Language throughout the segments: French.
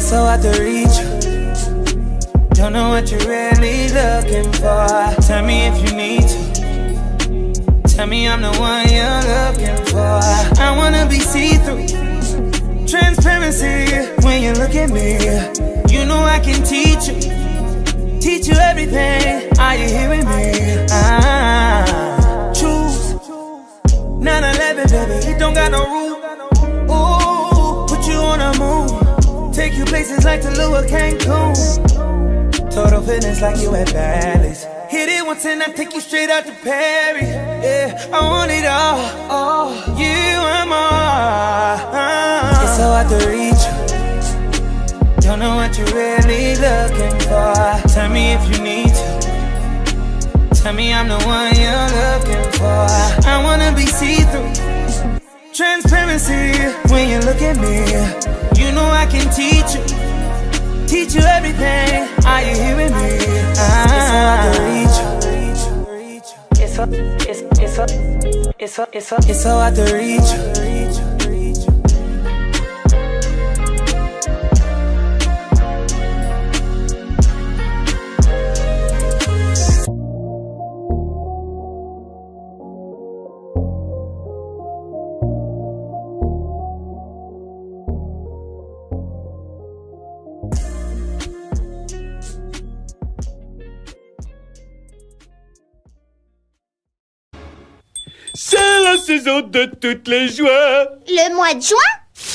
It's so hard to reach you. Don't know what you're really looking for. Tell me if you need to. Tell me I'm the one you're looking for. I wanna be see-through, transparency. When you look at me, you know I can teach you everything. Are you hearing me? Choose 9/11, baby, it don't got no rule. Ooh, put you on a move, take you places like Tulum or Cancun. Total fitness like you at Bally's. Hit it once and I take you straight out to Paris. Yeah, I want it all, you and more. It's so hard to reach you. Don't know what you're really looking for. Tell me if you need to. Tell me I'm the one you're looking for. I wanna be see-through, transparency. When you look at me, you know I can teach you everything. Are you hearing me? It's so hard to reach you. It's so hard to reach you. C'est la saison de toutes les joies. Le mois de juin?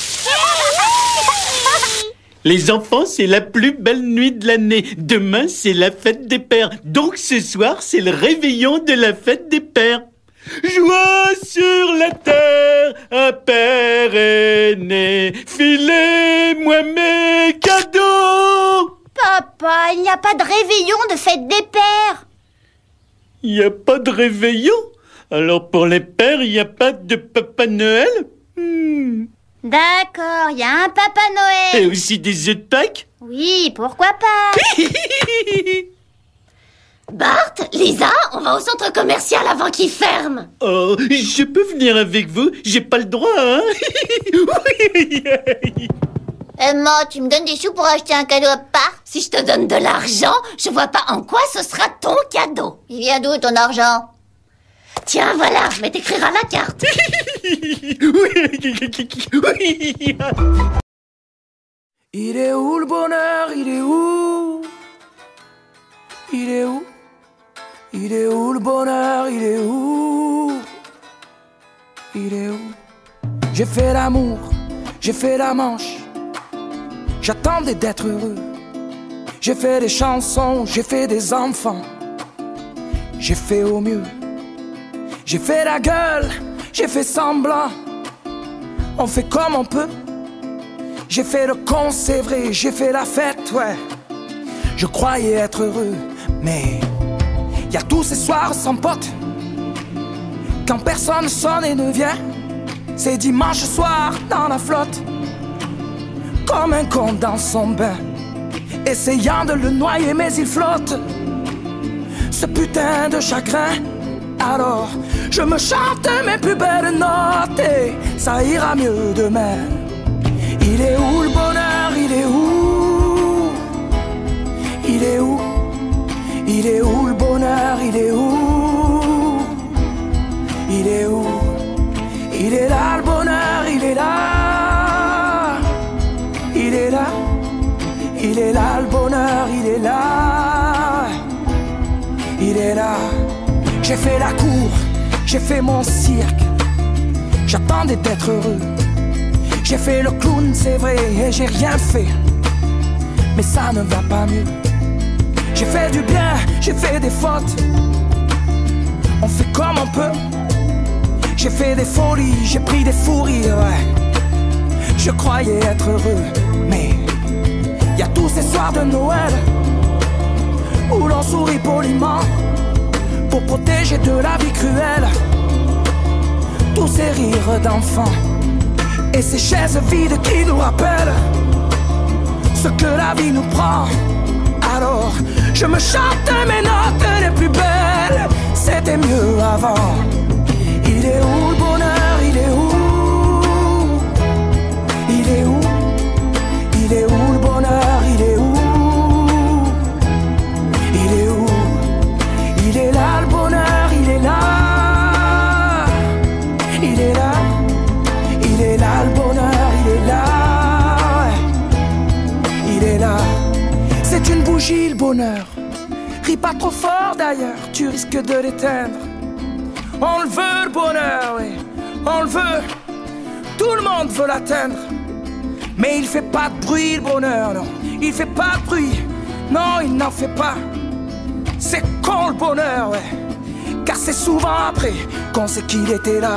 Les enfants, c'est la plus belle nuit de l'année. Demain, c'est la fête des pères. Donc ce soir, c'est le réveillon de la fête des pères. Joie sur la terre, un père est né. Filez-moi mes cadeaux. Papa, il n'y a pas de réveillon de fête des pères. Il n'y a pas de réveillon? Alors pour les pères, il n'y a pas de Papa Noël? D'accord, il y a un Papa Noël. Et aussi des œufs de Pâques? Oui, pourquoi pas. Bart, Lisa, on va au centre commercial avant qu'il ferme. Oh, je peux venir avec vous? J'ai pas le droit, hein? Emma, tu me donnes des sous pour acheter un cadeau à part? Si je te donne de l'argent, je vois pas en quoi ce sera ton cadeau. Il vient d'où ton argent? Tiens, voilà, je vais t'écrire à la carte. Il est où le bonheur? Il est où? Il est où? Il est où le bonheur? Il est où? Il est où? J'ai fait l'amour, j'ai fait la manche. J'attendais d'être heureux. J'ai fait des chansons, j'ai fait des enfants. J'ai fait au mieux. J'ai fait la gueule, j'ai fait semblant. On fait comme on peut. J'ai fait le con, c'est vrai, j'ai fait la fête, ouais. Je croyais être heureux, mais y a tous ces soirs sans potes. Quand personne sonne et ne vient. C'est dimanche soir dans la flotte. Comme un con dans son bain, essayant de le noyer mais il flotte. Ce putain de chagrin. Alors je me chante mes plus belles notes et ça ira mieux demain. Il est où le bonheur? Il est où? Il est où? Il est où le bonheur? Il est où? Il est où? Il est là le bonheur, il est là. Il est là. Il est là le bonheur, il est là. Il est là. J'ai fait la cour, j'ai fait mon cirque. J'attendais d'être heureux. J'ai fait le clown, c'est vrai, et j'ai rien fait. Mais ça ne va pas mieux. J'ai fait du bien, j'ai fait des fautes. On fait comme on peut. J'ai fait des folies, j'ai pris des fous rires, ouais. Je croyais être heureux, mais y a tous ces soirs de Noël où l'on sourit poliment pour protéger de la vie cruelle. Tous ces rires d'enfants et ces chaises vides qui nous rappellent ce que la vie nous prend. Alors je me chante mes notes les plus belles. C'était mieux avant. Il est où le bonheur? Il est où? Il est où? Il est où le bonheur? fragile le bonheur. Ris pas trop fort d'ailleurs, tu risques de l'éteindre. On le veut le bonheur, oui, on le veut. Tout le monde veut l'atteindre. Mais il fait pas de bruit le bonheur, non. Il fait pas de bruit, non, il n'en fait pas. C'est con le bonheur, ouais. Car c'est souvent après qu'on sait qu'il était là.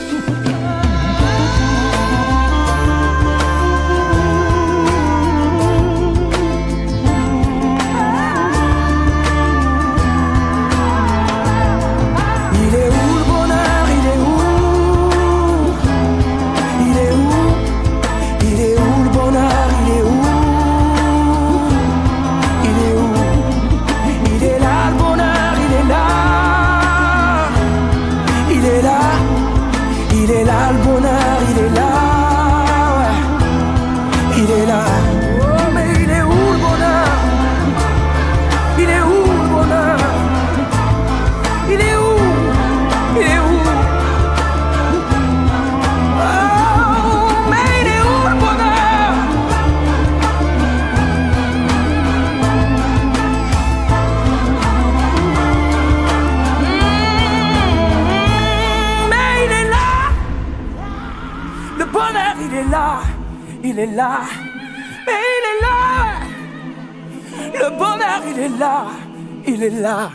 Il est là, mais il est là. Le bonheur, il est là, il est là.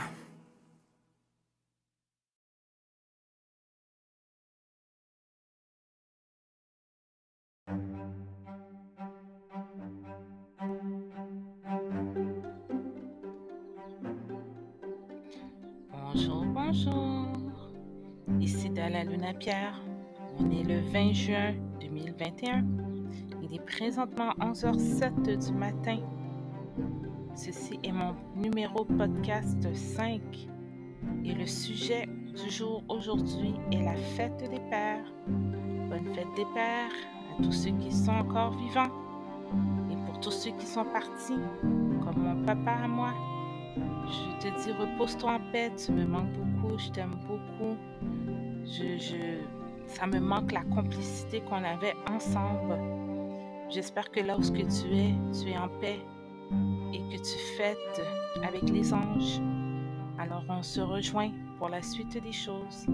Bonjour, bonjour. Ici Dalla Luna Pierre. On est le 20 juin 2021. Il est présentement 11h07 du matin. Ceci est mon numéro podcast 5. Et le sujet du jour aujourd'hui est la fête des pères. Bonne fête des pères à tous ceux qui sont encore vivants. Et pour tous ceux qui sont partis, comme mon papa à moi, je te dis repose-toi en paix, tu me manques beaucoup, je t'aime beaucoup. Ça me manque la complicité qu'on avait ensemble. J'espère que là où tu es en paix et que tu fêtes avec les anges. Alors on se rejoint pour la suite des choses.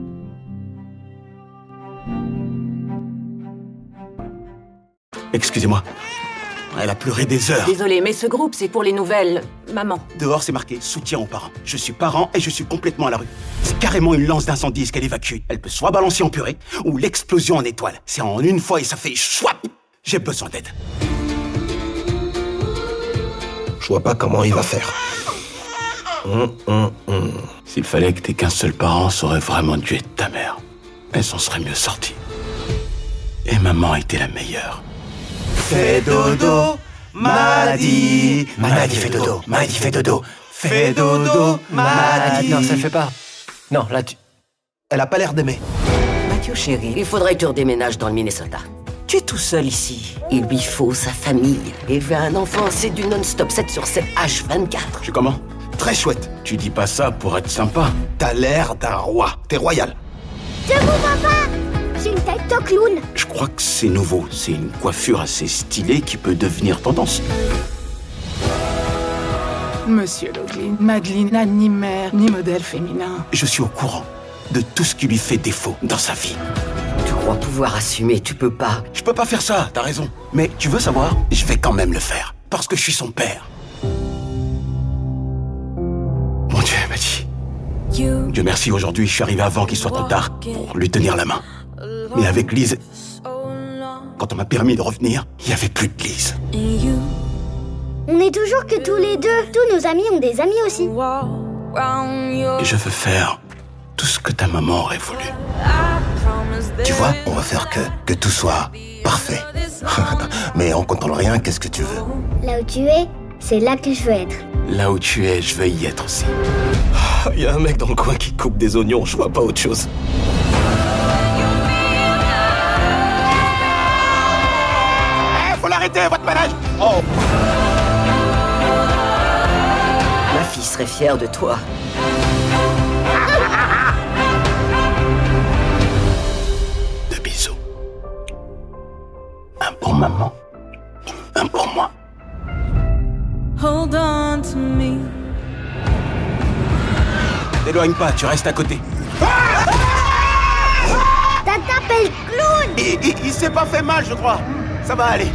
Excusez-moi. Elle a pleuré des heures. Désolé, mais ce groupe, c'est pour les nouvelles. Maman. Dehors, c'est marqué soutien aux parents. Je suis parent et je suis complètement à la rue. C'est carrément une lance d'incendie ce qu'elle évacue. Elle peut soit balancer en purée ou l'explosion en étoile. C'est en une fois et ça fait chouap. J'ai besoin d'aide. Je vois pas comment il va faire. S'il fallait que t'aies qu'un seul parent, ça aurait vraiment dû être ta mère. Elle s'en serait mieux sortie. Et maman était la meilleure. Fais dodo, Madi. Madi fait dodo, Madi fait dodo. Fais dodo, Madi. Non, ça le fait pas. Non, là tu... Elle a pas l'air d'aimer. Mathieu chéri, il faudrait que tu redéménages dans le Minnesota. Tu es tout seul ici. Il lui faut sa famille. Élever un enfant, c'est du non-stop 7 sur 7 H24. Je suis comment? Très chouette. Tu dis pas ça pour être sympa. T'as l'air d'un roi. T'es royal. Debout, papa! J'ai une tête de clown. Je crois que c'est nouveau. C'est une coiffure assez stylée qui peut devenir tendance. Monsieur Loglin, Madeleine n'a ni mère, ni modèle féminin. Je suis au courant de tout ce qui lui fait défaut dans sa vie. Tu crois pouvoir assumer, tu peux pas. Je peux pas faire ça, t'as raison. Mais tu veux savoir? Je vais quand même le faire. Parce que je suis son père. Mon Dieu, elle m'a dit. Dieu merci, aujourd'hui, je suis arrivé avant qu'il soit trop tard pour lui tenir la main. Mais avec Lise, quand on m'a permis de revenir, il n'y avait plus de Lise. On est toujours que tous les deux. Tous nos amis ont des amis aussi. Et je veux faire tout ce que ta maman aurait voulu. Tu vois, on va faire que tout soit parfait. Mais en comptant rien, qu'est-ce que tu veux? Là où tu es, c'est là que je veux être. Là où tu es, je veux y être aussi. Il y a un mec dans le coin qui coupe des oignons, je vois pas autre chose. Faut l'arrêter, votre manège! Oh! Ma fille serait fière de toi. Deux bisous. Un pour maman, un pour moi. Hold on to me. T'éloigne pas, tu restes à côté. T'as tapé le clown! Il s'est pas fait mal, je crois. Ça va aller.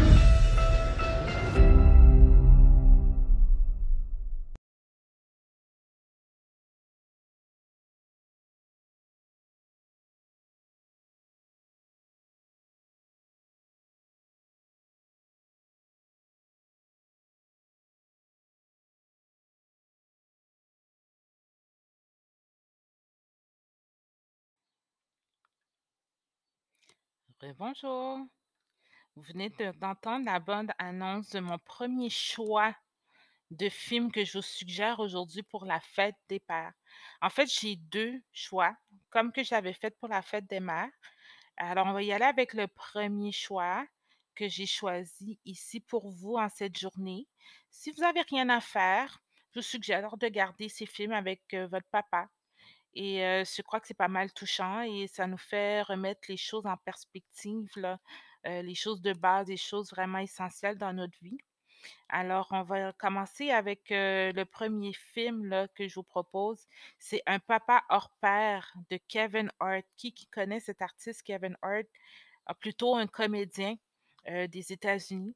Bonjour. Vous venez d'entendre la bande-annonce de mon premier choix de film que je vous suggère aujourd'hui pour la fête des pères. En fait, j'ai deux choix, comme que j'avais fait pour la fête des mères. Alors, on va y aller avec le premier choix que j'ai choisi ici pour vous en cette journée. Si vous n'avez rien à faire, je vous suggère de garder ces films avec votre papa. Et je crois que c'est pas mal touchant et ça nous fait remettre les choses en perspective, là, les choses de base, les choses vraiment essentielles dans notre vie. Alors, on va commencer avec le premier film là, que je vous propose. C'est Un papa hors pair de Kevin Hart. Qui connaît cet artiste, Kevin Hart? Plutôt un comédien des États-Unis.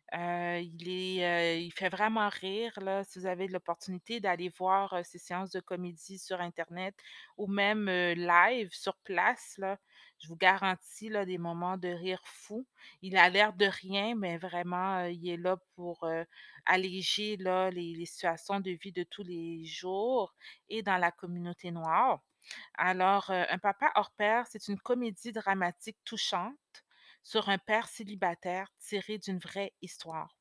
Il fait vraiment rire, là, si vous avez l'opportunité d'aller voir ses séances de comédie sur Internet ou même live sur place, là, je vous garantis là, des moments de rire fou. Il a l'air de rien, mais vraiment, il est là pour alléger là, les situations de vie de tous les jours et dans la communauté noire. Alors, Un papa hors pair, c'est une comédie dramatique touchante sur un père célibataire tiré d'une vraie histoire.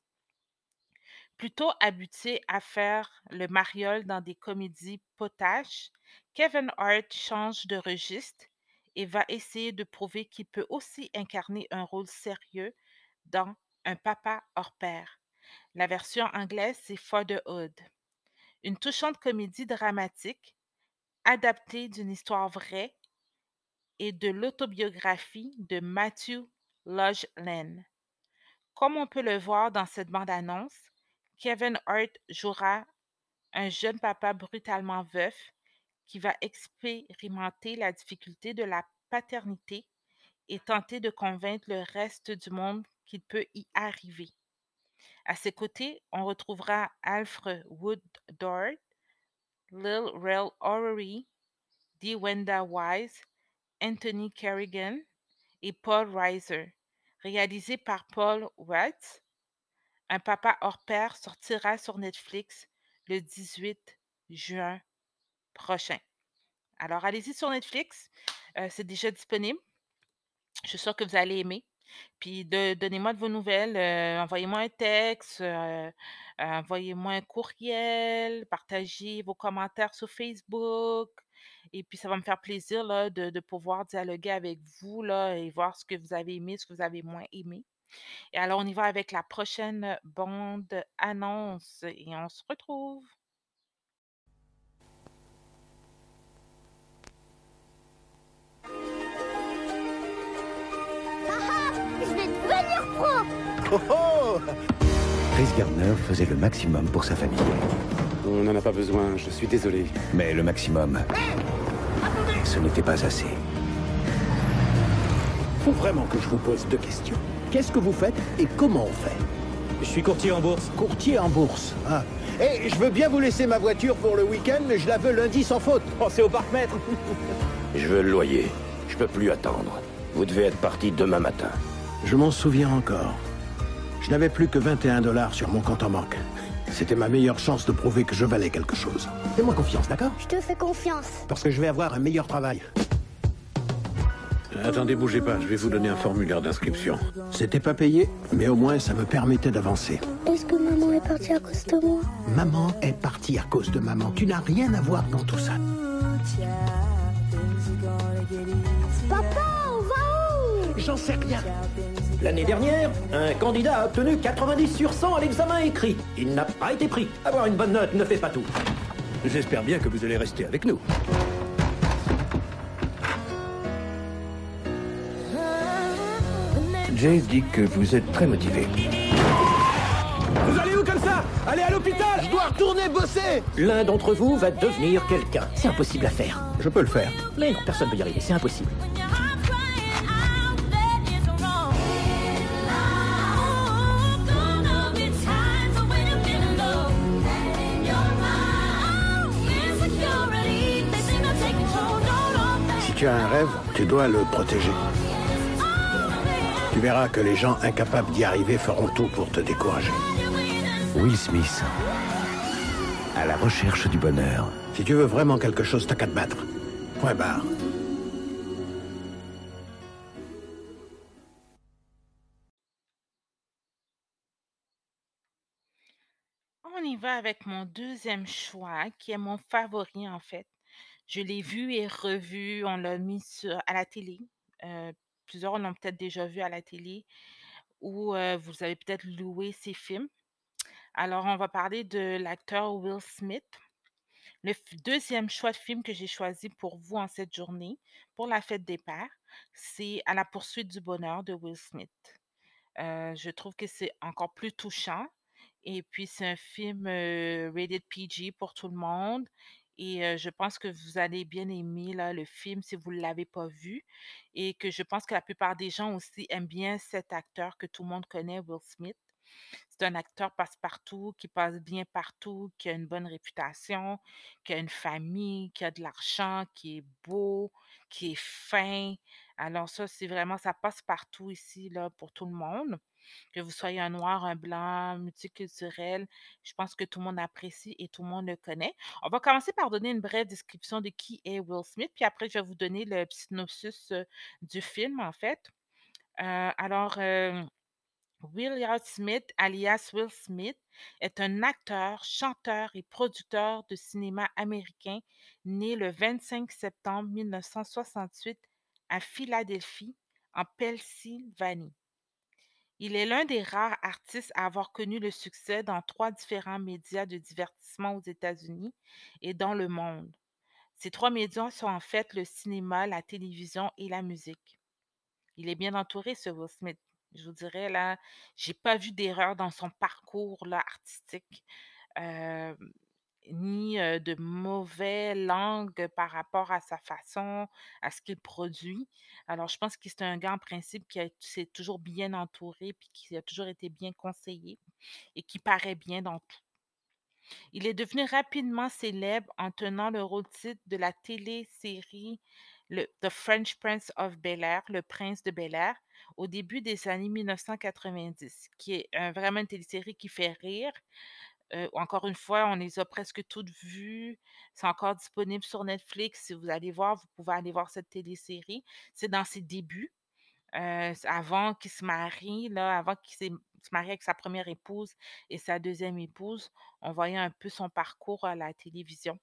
Plutôt habitué à faire le mariole dans des comédies potaches, Kevin Hart change de registre et va essayer de prouver qu'il peut aussi incarner un rôle sérieux dans Un papa hors pair. La version anglaise, c'est Fatherhood. Une touchante comédie dramatique adaptée d'une histoire vraie et de l'autobiographie de Matthew Lodge-Lane. Comme on peut le voir dans cette bande-annonce, Kevin Hart jouera un jeune papa brutalement veuf qui va expérimenter la difficulté de la paternité et tenter de convaincre le reste du monde qu'il peut y arriver. À ses côtés, on retrouvera Alfred Woodard, Lil Rel Howery, DeWanda Wise, Anthony Kerrigan et Paul Reiser. Réalisé par Paul Weitz, Un papa hors pair sortira sur Netflix le 18 juin prochain. Alors, allez-y sur Netflix, c'est déjà disponible. Je suis sûre que vous allez aimer. Puis, donnez-moi de vos nouvelles, envoyez-moi un texte, envoyez-moi un courriel, partagez vos commentaires sur Facebook. Et puis, ça va me faire plaisir là, de pouvoir dialoguer avec vous là, et voir ce que vous avez aimé, ce que vous avez moins aimé. Et alors, on y va avec la prochaine bande-annonce et on se retrouve. Je vais devenir pro! Oh oh! Chris Gardner faisait le maximum pour sa famille. On n'en a pas besoin, je suis désolé. Mais le maximum, ce n'était pas assez. Faut vraiment que je vous pose deux questions. Qu'est-ce que vous faites et comment on fait? Je suis courtier en bourse. Courtier en bourse, ah. Et je veux bien vous laisser ma voiture pour le week-end, mais je la veux lundi sans faute. Pensez au parc-mètre. Je veux le loyer. Je peux plus attendre. Vous devez être parti demain matin. Je m'en souviens encore. Je n'avais plus que 21 $ sur mon compte en banque. C'était ma meilleure chance de prouver que je valais quelque chose. Fais-moi confiance, d'accord? Je te fais confiance. Parce que je vais avoir un meilleur travail. Attendez, bougez pas, je vais vous donner un formulaire d'inscription. C'était pas payé, mais au moins ça me permettait d'avancer. Est-ce que maman est partie à cause de moi? Maman est partie à cause de maman. Tu n'as rien à voir dans tout ça. Papa, on va où? J'en sais rien. L'année dernière, un candidat a obtenu 90 sur 100 à l'examen écrit. Il n'a pas été pris. Avoir une bonne note ne fait pas tout. J'espère bien que vous allez rester avec nous. Jay dit que vous êtes très motivé. Vous allez où comme ça? Allez à l'hôpital! Je dois retourner bosser! L'un d'entre vous va devenir quelqu'un. C'est impossible à faire. Je peux le faire. Mais non, personne ne peut y arriver, c'est impossible. Si tu as un rêve, tu dois le protéger. Tu verras que les gens incapables d'y arriver feront tout pour te décourager. Will Smith, à la recherche du bonheur. Si tu veux vraiment quelque chose, t'as qu'à te battre. Point barre. On y va avec mon deuxième choix, qui est mon favori en fait. Je l'ai vu et revu, on l'a mis à la télé. Plusieurs l'ont peut-être déjà vu à la télé ou vous avez peut-être loué ces films. Alors, on va parler de l'acteur Will Smith. Le deuxième choix de film que j'ai choisi pour vous en cette journée, pour la fête des pères, c'est À la poursuite du bonheur de Will Smith. Je trouve que c'est encore plus touchant. Et puis, c'est un film rated PG pour tout le monde. Et je pense que vous allez bien aimer là, le film si vous ne l'avez pas vu. Et que je pense que la plupart des gens aussi aiment bien cet acteur que tout le monde connaît, Will Smith. C'est un acteur passe-partout, qui passe bien partout, qui a une bonne réputation, qui a une famille, qui a de l'argent, qui est beau, qui est fin. Alors ça, c'est vraiment, ça passe partout ici, là, pour tout le monde. Que vous soyez un noir, un blanc, multiculturel, je pense que tout le monde apprécie et tout le monde le connaît. On va commencer par donner une brève description de qui est Will Smith, puis après, je vais vous donner le synopsis du film, en fait. Alors, Will Smith, alias Will Smith, est un acteur, chanteur et producteur de cinéma américain né le 25 septembre 1968 à Philadelphie, en Pennsylvanie. Il est l'un des rares artistes à avoir connu le succès dans 3 différents médias de divertissement aux États-Unis et dans le monde. Ces 3 médias sont en fait le cinéma, la télévision et la musique. Il est bien entouré, ce Will Smith. Je vous dirais, là, j'ai pas vu d'erreur dans son parcours là, artistique, euh, ni de mauvais langue par rapport à sa façon, à ce qu'il produit. Alors, je pense que c'est un gars en principe s'est toujours bien entouré, puis qui a toujours été bien conseillé et qui paraît bien dans tout. Il est devenu rapidement célèbre en tenant le rôle-titre de la télésérie The French Prince of Bel-Air, le prince de Bel-Air, au début des années 1990, qui est vraiment une télésérie qui fait rire. Encore une fois, on les a presque toutes vues. C'est encore disponible sur Netflix. Si vous allez voir, vous pouvez aller voir cette télésérie. C'est dans ses débuts. Avant qu'il se marie, là, avant qu'il se marie avec sa première épouse et sa deuxième épouse, on voyait un peu son parcours à la télévision.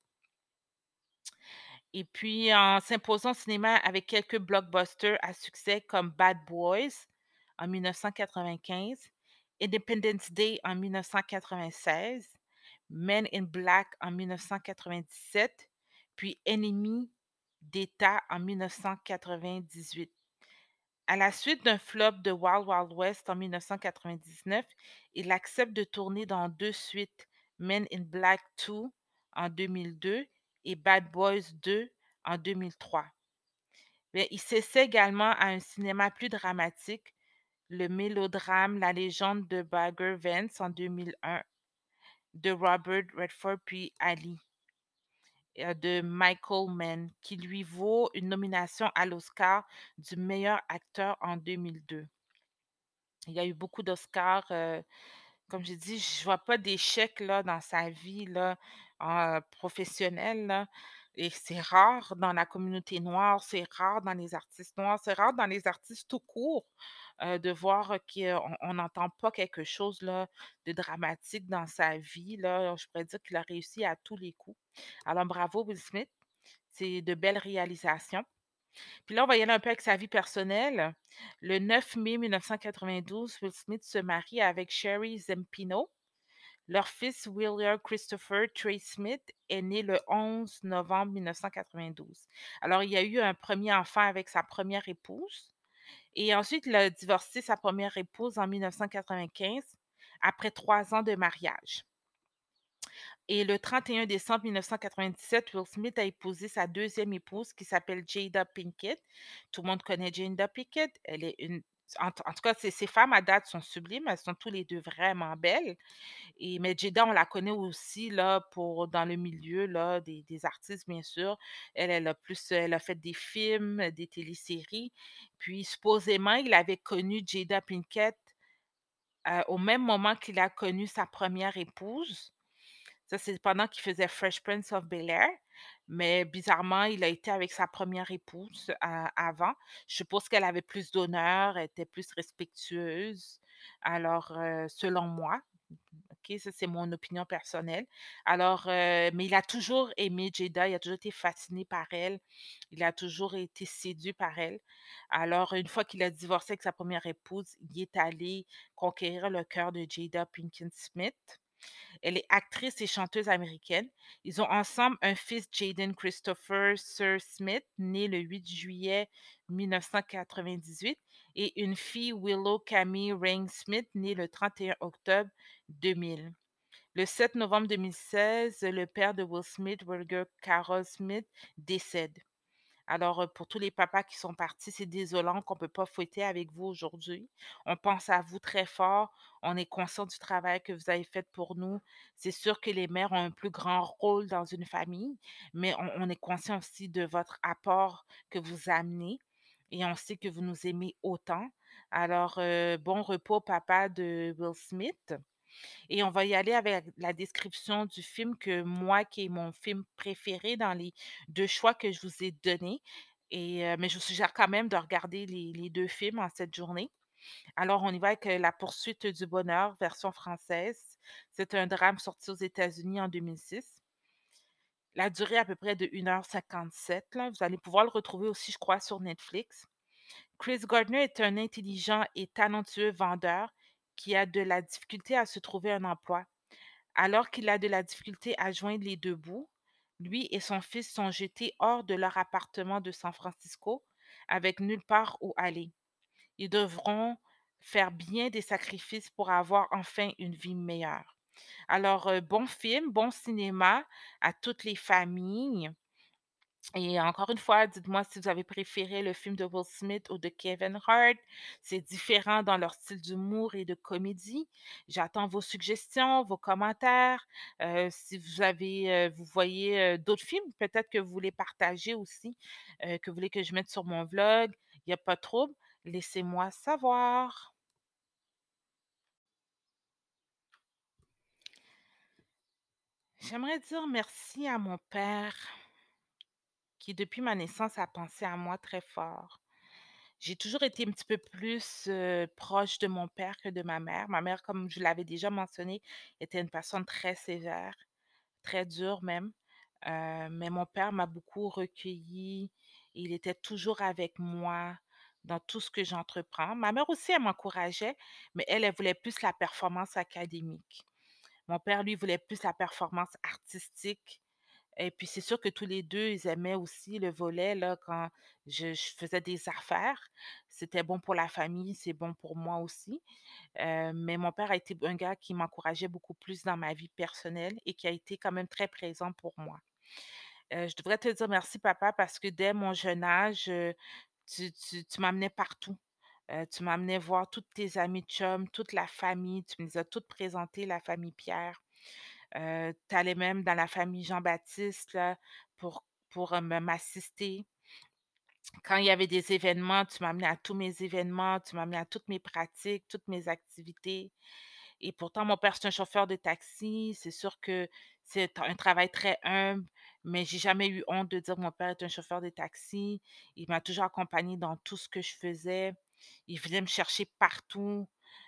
Et puis, en s'imposant au cinéma avec quelques blockbusters à succès comme Bad Boys en 1995, Independence Day en 1996, Men in Black en 1997, puis Ennemi d'État en 1998. À la suite d'un flop de Wild Wild West en 1999, il accepte de tourner dans 2 suites, Men in Black 2 en 2002 et Bad Boys 2 en 2003. Mais il s'essaie également à un cinéma plus dramatique, le mélodrame La légende de Bagger Vance en 2001, de Robert Redford puis Ali, de Michael Mann, qui lui vaut une nomination à l'Oscar du meilleur acteur en 2002. Il y a eu beaucoup d'Oscars. Comme j'ai dit, je vois pas d'échec là, dans sa vie là, professionnelle. Là. Et c'est rare dans la communauté noire, c'est rare dans les artistes noirs, c'est rare dans les artistes tout court de voir qu'on n'entend pas quelque chose là, de dramatique dans sa vie. Là. Je pourrais dire qu'il a réussi à tous les coups. Alors bravo Will Smith, c'est de belles réalisations. Puis là, on va y aller un peu avec sa vie personnelle. Le 9 mai 1992, Will Smith se marie avec Sherry Zampino. Leur fils, William Christopher Trey Smith, est né le 11 novembre 1992. Alors, il y a eu un premier enfant avec sa première épouse. Et ensuite, il a divorcé sa première épouse en 1995 après 3 ans de mariage. Et le 31 décembre 1997, Will Smith a épousé sa deuxième épouse qui s'appelle Jada Pinkett. Tout le monde connaît Jada Pinkett. Elle est en tout cas, ces femmes à date sont sublimes. Elles sont tous les deux vraiment belles. Mais Jada, on la connaît aussi là, dans le milieu là, des artistes, bien sûr. Elle a fait des films, des téléséries. Puis, supposément, il avait connu Jada Pinkett au même moment qu'il a connu sa première épouse. Ça, c'est pendant qu'il faisait Fresh Prince of Bel-Air. Mais bizarrement, il a été avec sa première épouse avant. Je suppose qu'elle avait plus d'honneur, elle était plus respectueuse. Alors, selon moi, OK, ça, c'est mon opinion personnelle. Alors, mais il a toujours aimé Jada, il a toujours été fasciné par elle. Il a toujours été séduit par elle. Alors, une fois qu'il a divorcé avec sa première épouse, il est allé conquérir le cœur de Jada Pinkett Smith. Elle est actrice et chanteuse américaine. Ils ont ensemble un fils, Jaden Christopher Sir Smith, né le 8 juillet 1998, et une fille, Willow Camille Rain Smith, née le 31 octobre 2000. Le 7 novembre 2016, le père de Will Smith, Roger Carroll Smith, décède. Alors, pour tous les papas qui sont partis, c'est désolant qu'on ne peut pas fêter avec vous aujourd'hui. On pense à vous très fort. On est conscient du travail que vous avez fait pour nous. C'est sûr que les mères ont un plus grand rôle dans une famille, mais on est conscient aussi de votre apport que vous amenez et on sait que vous nous aimez autant. Alors, bon repos, papa de Will Smith. Et on va y aller avec la description du film qui est mon film préféré dans les 2 choix que je vous ai donnés. Mais je vous suggère quand même de regarder les 2 films en cette journée. Alors, on y va avec La poursuite du bonheur, version française. C'est un drame sorti aux États-Unis en 2006. La durée est à peu près de 1h57, là. Vous allez pouvoir le retrouver aussi, je crois, sur Netflix. Chris Gardner est un intelligent et talentueux vendeur qui a de la difficulté à se trouver un emploi. Alors qu'il a de la difficulté à joindre les 2 bouts, lui et son fils sont jetés hors de leur appartement de San Francisco avec nulle part où aller. Ils devront faire bien des sacrifices pour avoir enfin une vie meilleure. Alors, bon film, bon cinéma à toutes les familles. Et encore une fois, dites-moi si vous avez préféré le film de Will Smith ou de Kevin Hart. C'est différent dans leur style d'humour et de comédie. J'attends vos suggestions, vos commentaires. Si vous voyez d'autres films, peut-être que vous voulez partager aussi, que vous voulez que je mette sur mon vlog. Il n'y a pas de trouble. Laissez-moi savoir. J'aimerais dire merci à mon père qui, depuis ma naissance, a pensé à moi très fort. J'ai toujours été un petit peu plus proche de mon père que de ma mère. Ma mère, comme je l'avais déjà mentionné, était une personne très sévère, très dure même. Mais mon père m'a beaucoup recueilli. Il était toujours avec moi dans tout ce que j'entreprends. Ma mère aussi, elle m'encourageait, mais elle voulait plus la performance académique. Mon père, lui, voulait plus la performance artistique. Et puis, c'est sûr que tous les 2, ils aimaient aussi le volet, là, quand je faisais des affaires. C'était bon pour la famille, c'est bon pour moi aussi. Mais mon père a été un gars qui m'encourageait beaucoup plus dans ma vie personnelle et qui a été quand même très présent pour moi. Je devrais te dire merci, papa, parce que dès mon jeune âge, tu m'amenais partout. Tu m'amenais voir toutes tes amies de chum, toute la famille. Tu me les as toutes présentées, la famille Pierre. Tu allais même dans la famille Jean-Baptiste là, pour m'assister. Quand il y avait des événements, tu m'amenais à tous mes événements, tu m'amenais à toutes mes pratiques, toutes mes activités. Et pourtant, mon père, c'est un chauffeur de taxi. C'est sûr que c'est un travail très humble, mais j'ai jamais eu honte de dire que mon père est un chauffeur de taxi. Il m'a toujours accompagné dans tout ce que je faisais. Il venait me chercher partout.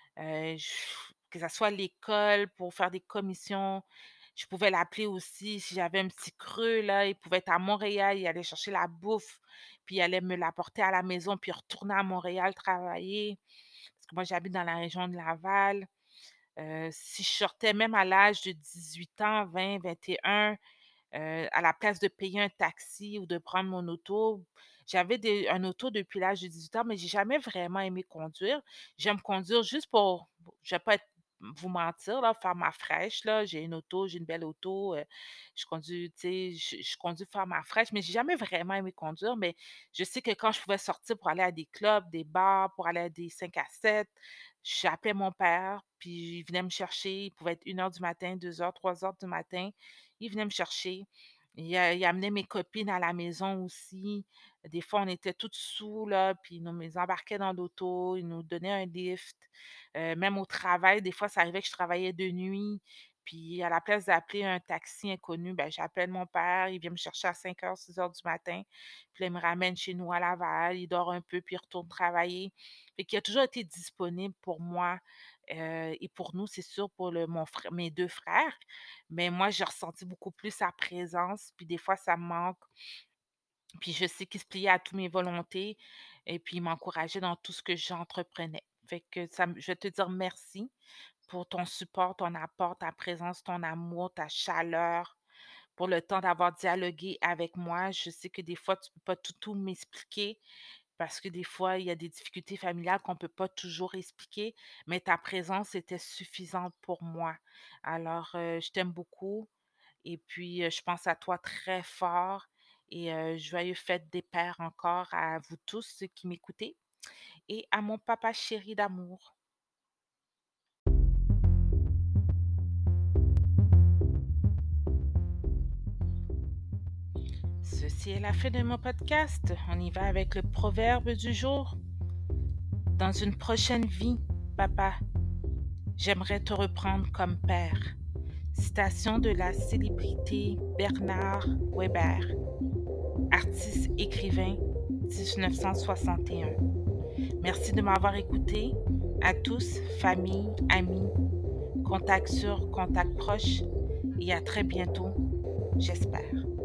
Que ça soit à l'école pour faire des commissions. Je pouvais l'appeler aussi si j'avais un petit creux, là. Il pouvait être à Montréal, il allait chercher la bouffe, puis il allait me l'apporter à la maison, puis retourner à Montréal travailler. Parce que moi, j'habite dans la région de Laval. Si je sortais même à l'âge de 18 ans, 20, 21, à la place de payer un taxi ou de prendre mon auto, j'avais un auto depuis l'âge de 18 ans, mais j'ai jamais vraiment aimé conduire. J'aime conduire juste pour, je vais pas être vous mentir, là, faire ma fraîche, là. J'ai une auto, j'ai une belle auto. Je conduis, tu sais, je conduis faire ma fraîche, mais j'ai jamais vraiment aimé conduire. Mais je sais que quand je pouvais sortir pour aller à des clubs, des bars, pour aller à des 5 à 7, j'appelais mon père, puis il venait me chercher. Il pouvait être 1 heure du matin, 2 heures, 3 heures du matin. Il venait me chercher. Il amenait mes copines à la maison aussi. Des fois, on était toutes sous, là, puis il nous les embarquait dans l'auto, il nous donnait un lift. Même au travail, des fois, ça arrivait que je travaillais de nuit, puis à la place d'appeler un taxi inconnu, ben, j'appelle mon père, il vient me chercher à 5 heures, 6 heures du matin, puis là, il me ramène chez nous à Laval, il dort un peu, puis il retourne travailler. Fait qu'il a toujours été disponible pour moi, et pour nous, c'est sûr, pour mes 2 frères, mais moi, j'ai ressenti beaucoup plus sa présence, puis des fois, ça me manque. Puis je sais qu'il se pliait à toutes mes volontés et puis il m'encourageait dans tout ce que j'entreprenais. Fait que je vais te dire merci pour ton support, ton apport, ta présence, ton amour, ta chaleur, pour le temps d'avoir dialogué avec moi. Je sais que des fois, tu ne peux pas tout m'expliquer parce que des fois, il y a des difficultés familiales qu'on ne peut pas toujours expliquer, mais ta présence était suffisante pour moi. Alors, je t'aime beaucoup et puis je pense à toi très fort et joyeux fête des pères encore à vous tous ceux qui m'écoutez et à mon papa chéri d'amour. Ceci est la fin de mon podcast. On y va avec le proverbe du jour. Dans une prochaine vie, papa, j'aimerais te reprendre comme père. Citation de la célébrité Bernard Weber, artiste écrivain 1961. Merci de m'avoir écouté. À tous, famille, amis, contact sûr, contact proche et à très bientôt, j'espère.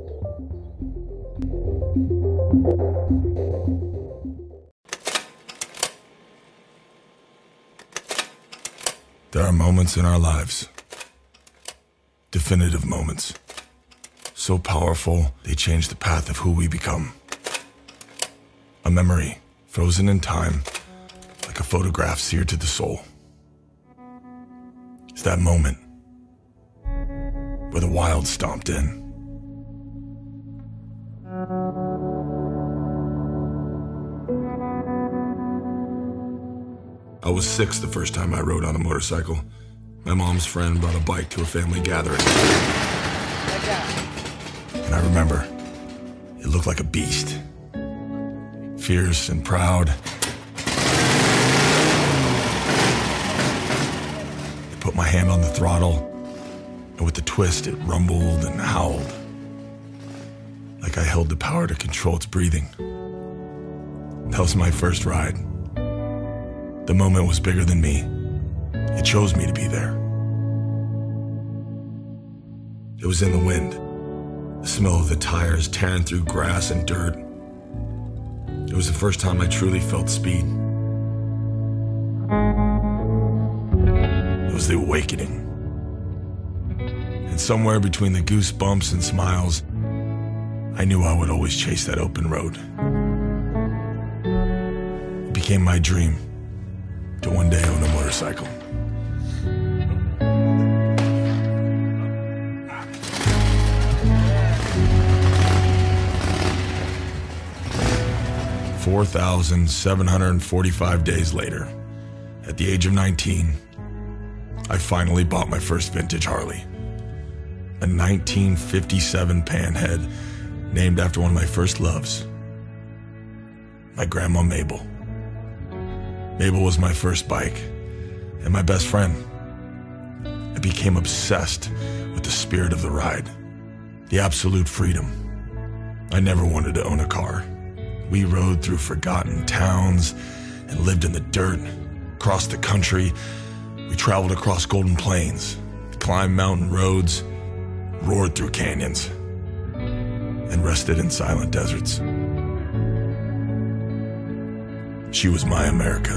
There are moments in our lives, definitive moments, so powerful they change the path of who we become. A memory frozen in time, like a photograph seared to the soul. It's that moment where the wild stomped in. I was 6 the first time I rode on a motorcycle. My mom's friend brought a bike to a family gathering. And I remember, it looked like a beast. Fierce and proud. I put my hand on the throttle, and with the twist, it rumbled and howled. Like I held the power to control its breathing. That was my first ride. The moment was bigger than me. It chose me to be there. It was in the wind, the smell of the tires tearing through grass and dirt. It was the first time I truly felt speed. It was the awakening. And somewhere between the goosebumps and smiles, I knew I would always chase that open road. It became my dream to one day own a motorcycle. $4,745 days later, at the age of 19, I finally bought my first vintage Harley. A 1957 Panhead named after one of my first loves, my grandma Mabel. Mabel was my first bike and my best friend. I became obsessed with the spirit of the ride, the absolute freedom. I never wanted to own a car. We rode through forgotten towns and lived in the dirt, crossed the country. We traveled across golden plains, climbed mountain roads, roared through canyons, and rested in silent deserts. She was my America.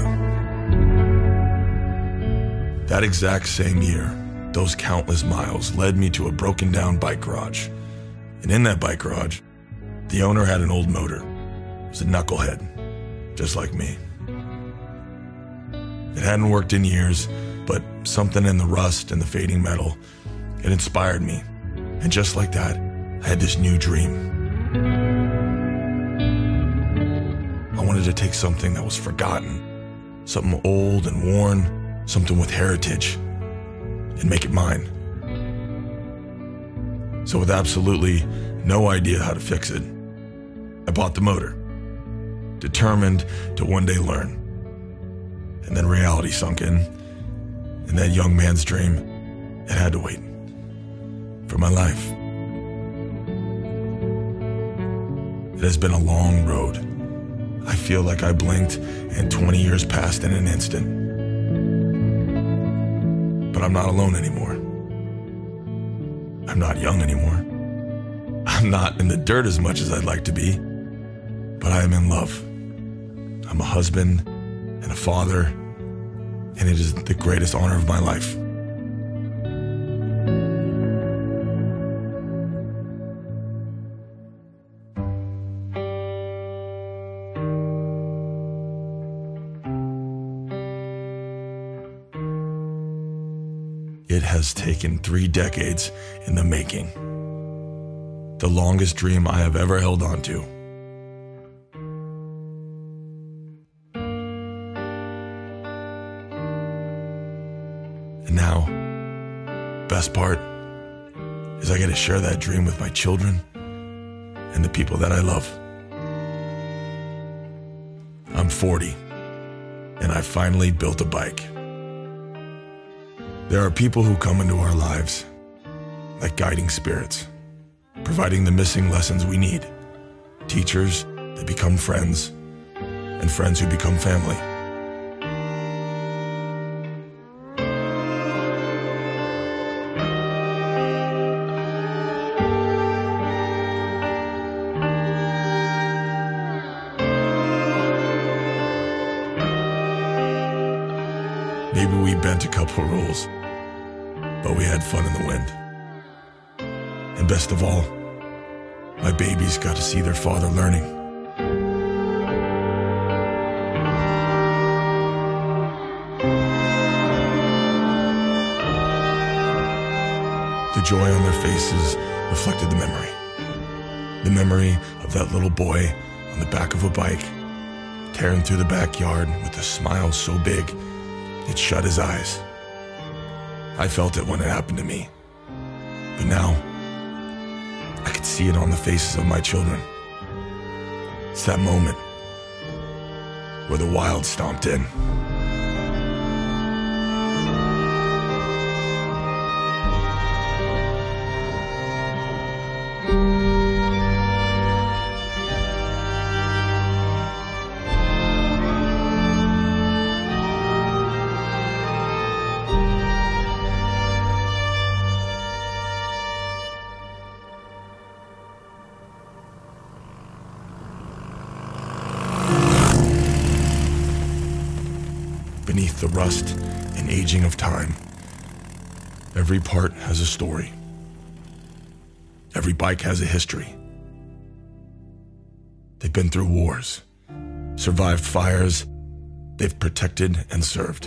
That exact same year, those countless miles led me to a broken down bike garage. And in that bike garage, the owner had an old motor. It was a knucklehead, just like me. It hadn't worked in years, But something in the rust and the fading metal, it inspired me. And just like that, I had this new dream. I wanted to take something that was forgotten, something old and worn, something with heritage, and make it mine. So with absolutely no idea how to fix it, I bought the motor, determined to one day learn. And then reality sunk in, and that young man's dream, it had to wait for my life. It has been a long road. I feel like I blinked and 20 years passed in an instant. But I'm not alone anymore. I'm not young anymore. I'm not in the dirt as much as I'd like to be, but I am in love. I'm a husband and a father, and it is the greatest honor of my life. It has taken 3 decades in the making. The longest dream I have ever held on to. And now, best part is I get to share that dream with my children and the people that I love. I'm 40, and I finally built a bike. There are people who come into our lives like guiding spirits, providing the missing lessons we need. Teachers that become friends, and friends who become family. Maybe we bent a couple rules, but we had fun in the wind. And best of all, my babies got to see their father learning. The joy on their faces reflected the memory. The memory of that little boy on the back of a bike, tearing through the backyard with a smile so big, it shut his eyes. I felt it when it happened to me. But now, I could see it on the faces of my children. It's that moment where the wild stomped in. Beneath the rust and aging of time, every part has a story. Every bike has a history. They've been through wars, survived fires, they've protected and served,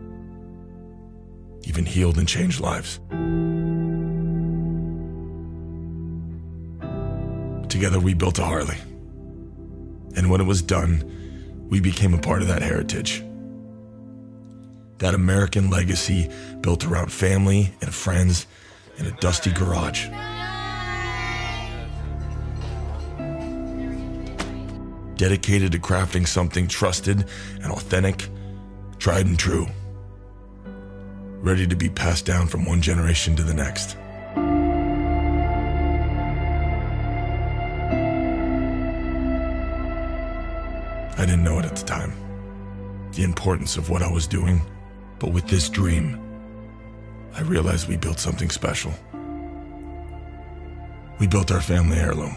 even healed and changed lives. Together we built a Harley, and when it was done, we became a part of that heritage. That American legacy built around family and friends in a dusty garage. Dedicated to crafting something trusted and authentic, tried and true. Ready to be passed down from one generation to the next. I didn't know it at the time, the importance of what I was doing. But with this dream, I realized we built something special. We built our family heirloom.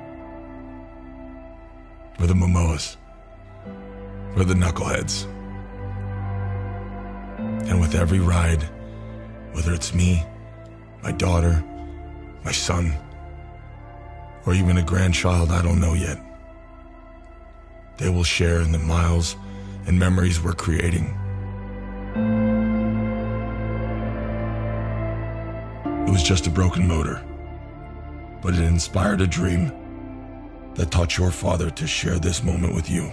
We're the Momoas. We're the Knuckleheads. And with every ride, whether it's me, my daughter, my son, or even a grandchild I don't know yet, they will share in the miles and memories we're creating. It was just a broken motor. But it inspired a dream that taught your father to share this moment with you.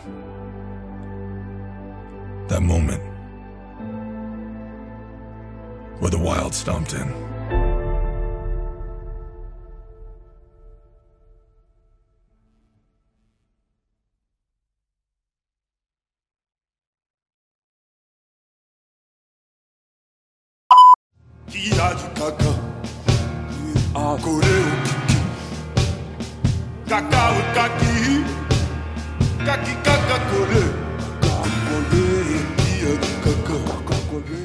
That moment where the wild stomped in. Qui a du caca à coller au kiki. Caca ou kaki. Kaki caca collé. Caca collé. Qui a du caca collé.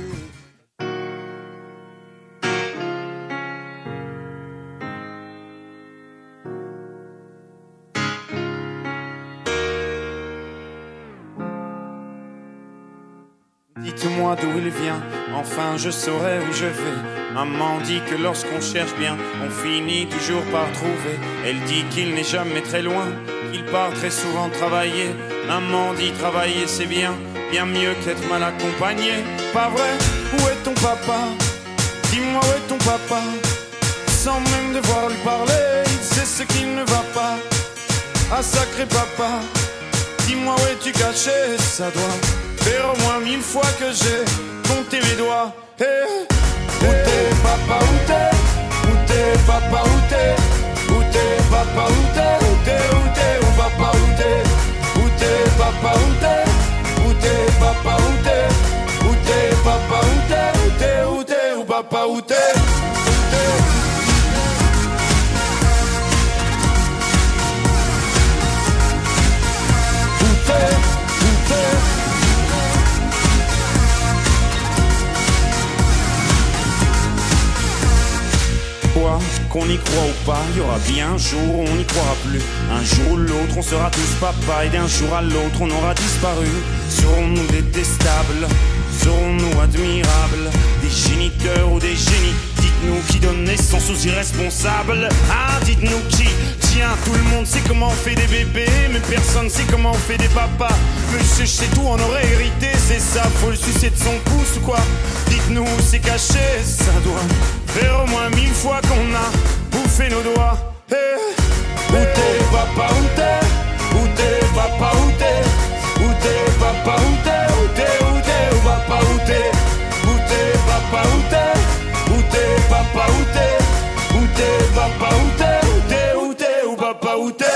Dites-moi d'où il vient, enfin je saurai où je vais. Maman dit que lorsqu'on cherche bien, on finit toujours par trouver. Elle dit qu'il n'est jamais très loin, qu'il part très souvent travailler. Maman dit travailler c'est bien, bien mieux qu'être mal accompagné. Pas vrai? Où est ton papa? Dis-moi où est ton papa? Sans même devoir lui parler, il sait ce qu'il ne va pas. Ah sacré papa, dis-moi où es-tu caché? Ça doit faire au moins 1000 fois que j'ai compté mes doigts. Hey. Où t'es papa, où t'es? Où t'es papa, où t'es? Où t'es papa, où t'es? Où t'es, où t'es, où papa, où t'es? Où t'es papa, où t'es? Où t'es papa, où t'es? Où t'es papa, où t'es? Où t'es, où t'es, où papa, où t'es? Qu'on y croit ou pas, il y aura bien un jour où on n'y croira plus. Un jour ou l'autre, on sera tous papa, et d'un jour à l'autre, on aura disparu. Serons-nous détestables? Serons-nous admirables? Des géniteurs ou des génies? Dites-nous qui donne naissance aux irresponsables. Ah, dites-nous qui? Tiens, tout le monde sait comment on fait des bébés, mais personne sait comment on fait des papas. Monsieur, je sais tout, on aurait hérité, c'est ça, faut le sucer de son pouce ou quoi? Dites-nous où c'est caché, ça doit faire au moins 1000 fois qu'on a bouffé nos doigts. Hey. Où t'es papa, où t'es? Où t'es papa, où t'es? Où t'es papa, où t'es? Où t'es, où t'es, où papa, où t'es? Où t'es papa, où t'es? Où t'es papa, où t'es? Où t'es papa, où t'es? Où t'es, où t'es, où papa, où t'es?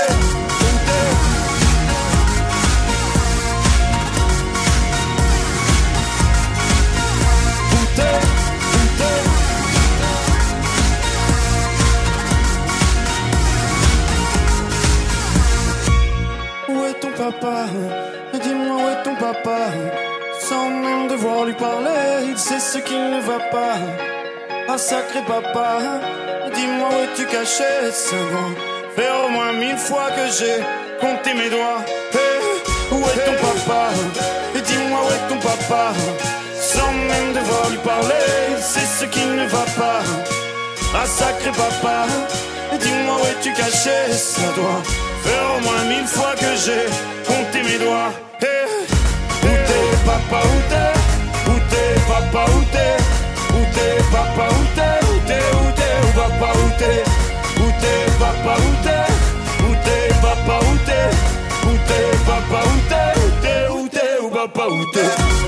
Papa, dis-moi où est ton papa? Sans même devoir lui parler, il sait ce qu'il ne va pas. Ah sacré papa, dis-moi où es-tu caché? Ça doit faire au moins 1000 fois que j'ai compté mes doigts. Hey, où est ton papa? Et dis-moi où est ton papa? Sans même devoir lui parler, il sait ce qu'il ne va pas. Ah sacré papa, dis-moi où es-tu caché? Ça doit faire au moins 1000 fois que j'ai compté mes doigts. Hey. Où t'es papa, où t'es? Où t'es papa, où t'es? Où t'es papa, où t'es? Où t'es, où t'es, où papa, où t'es? Où t'es papa, où t'es? Où t'es papa, où t'es? Où t'es papa, où t'es? Où t'es, où t'es, où papa, où t'es?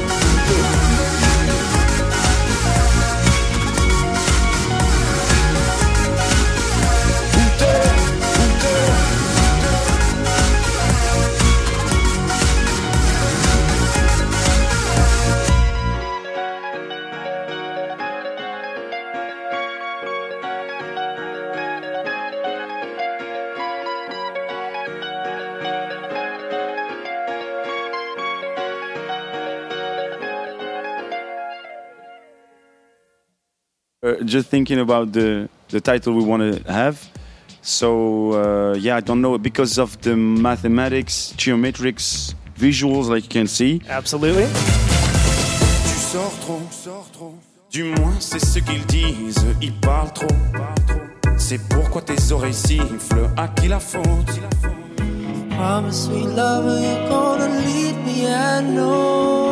Just thinking about the title we want to have. So yeah, I don't know, because of the mathematics, geometrics, visuals, like you can see. Absolutely. Tu sors trop. Du moins, c'est ce qu'ils disent. Ils parlent trop. C'est pourquoi tes oreilles sifflent. À qui la faute? Promise me, lover, you're gonna lead me, I know.